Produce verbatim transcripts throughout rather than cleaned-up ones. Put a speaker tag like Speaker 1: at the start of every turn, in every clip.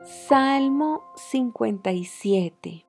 Speaker 1: Salmo cincuenta y siete.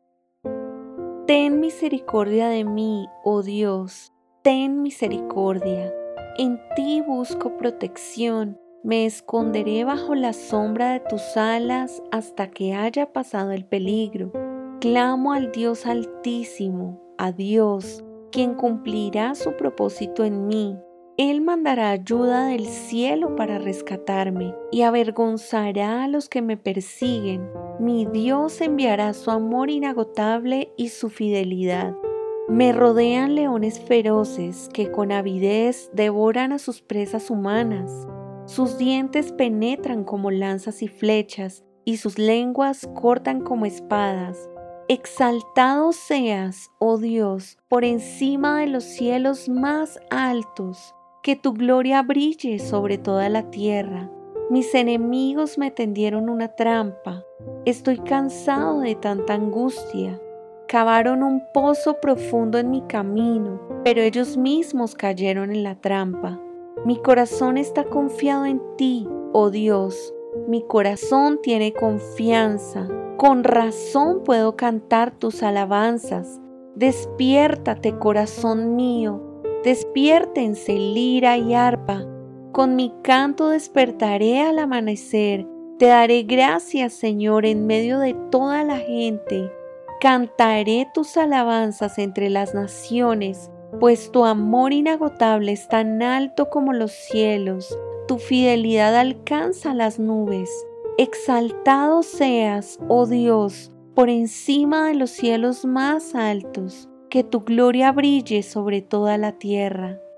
Speaker 1: Ten misericordia de mí, oh Dios, ten misericordia. En ti busco protección, me esconderé bajo la sombra de tus alas hasta que haya pasado el peligro. Clamo al Dios Altísimo, a Dios, quien cumplirá su propósito en mí. Él mandará ayuda del cielo para rescatarme y avergonzará a los que me persiguen. Mi Dios enviará su amor inagotable y su fidelidad. Me rodean leones feroces que con avidez devoran a sus presas humanas. Sus dientes penetran como lanzas y flechas, y sus lenguas cortan como espadas. Exaltado seas, oh Dios, por encima de los cielos más altos. Que tu gloria brille sobre toda la tierra. Mis enemigos me tendieron una trampa. Estoy cansado de tanta angustia. Cavaron un pozo profundo en mi camino, pero ellos mismos cayeron en la trampa. Mi corazón está confiado en ti, oh Dios. Mi corazón tiene confianza. Con razón puedo cantar tus alabanzas. Despiértate, corazón mío. Despiértense lira y arpa. Con mi canto despertaré al amanecer. Te daré gracias, Señor, en medio de toda la gente. Cantaré tus alabanzas entre las naciones, pues tu amor inagotable es tan alto como los cielos. Tu fidelidad alcanza las nubes. Exaltado seas, oh Dios, por encima de los cielos más altos. Que tu gloria brille sobre toda la tierra.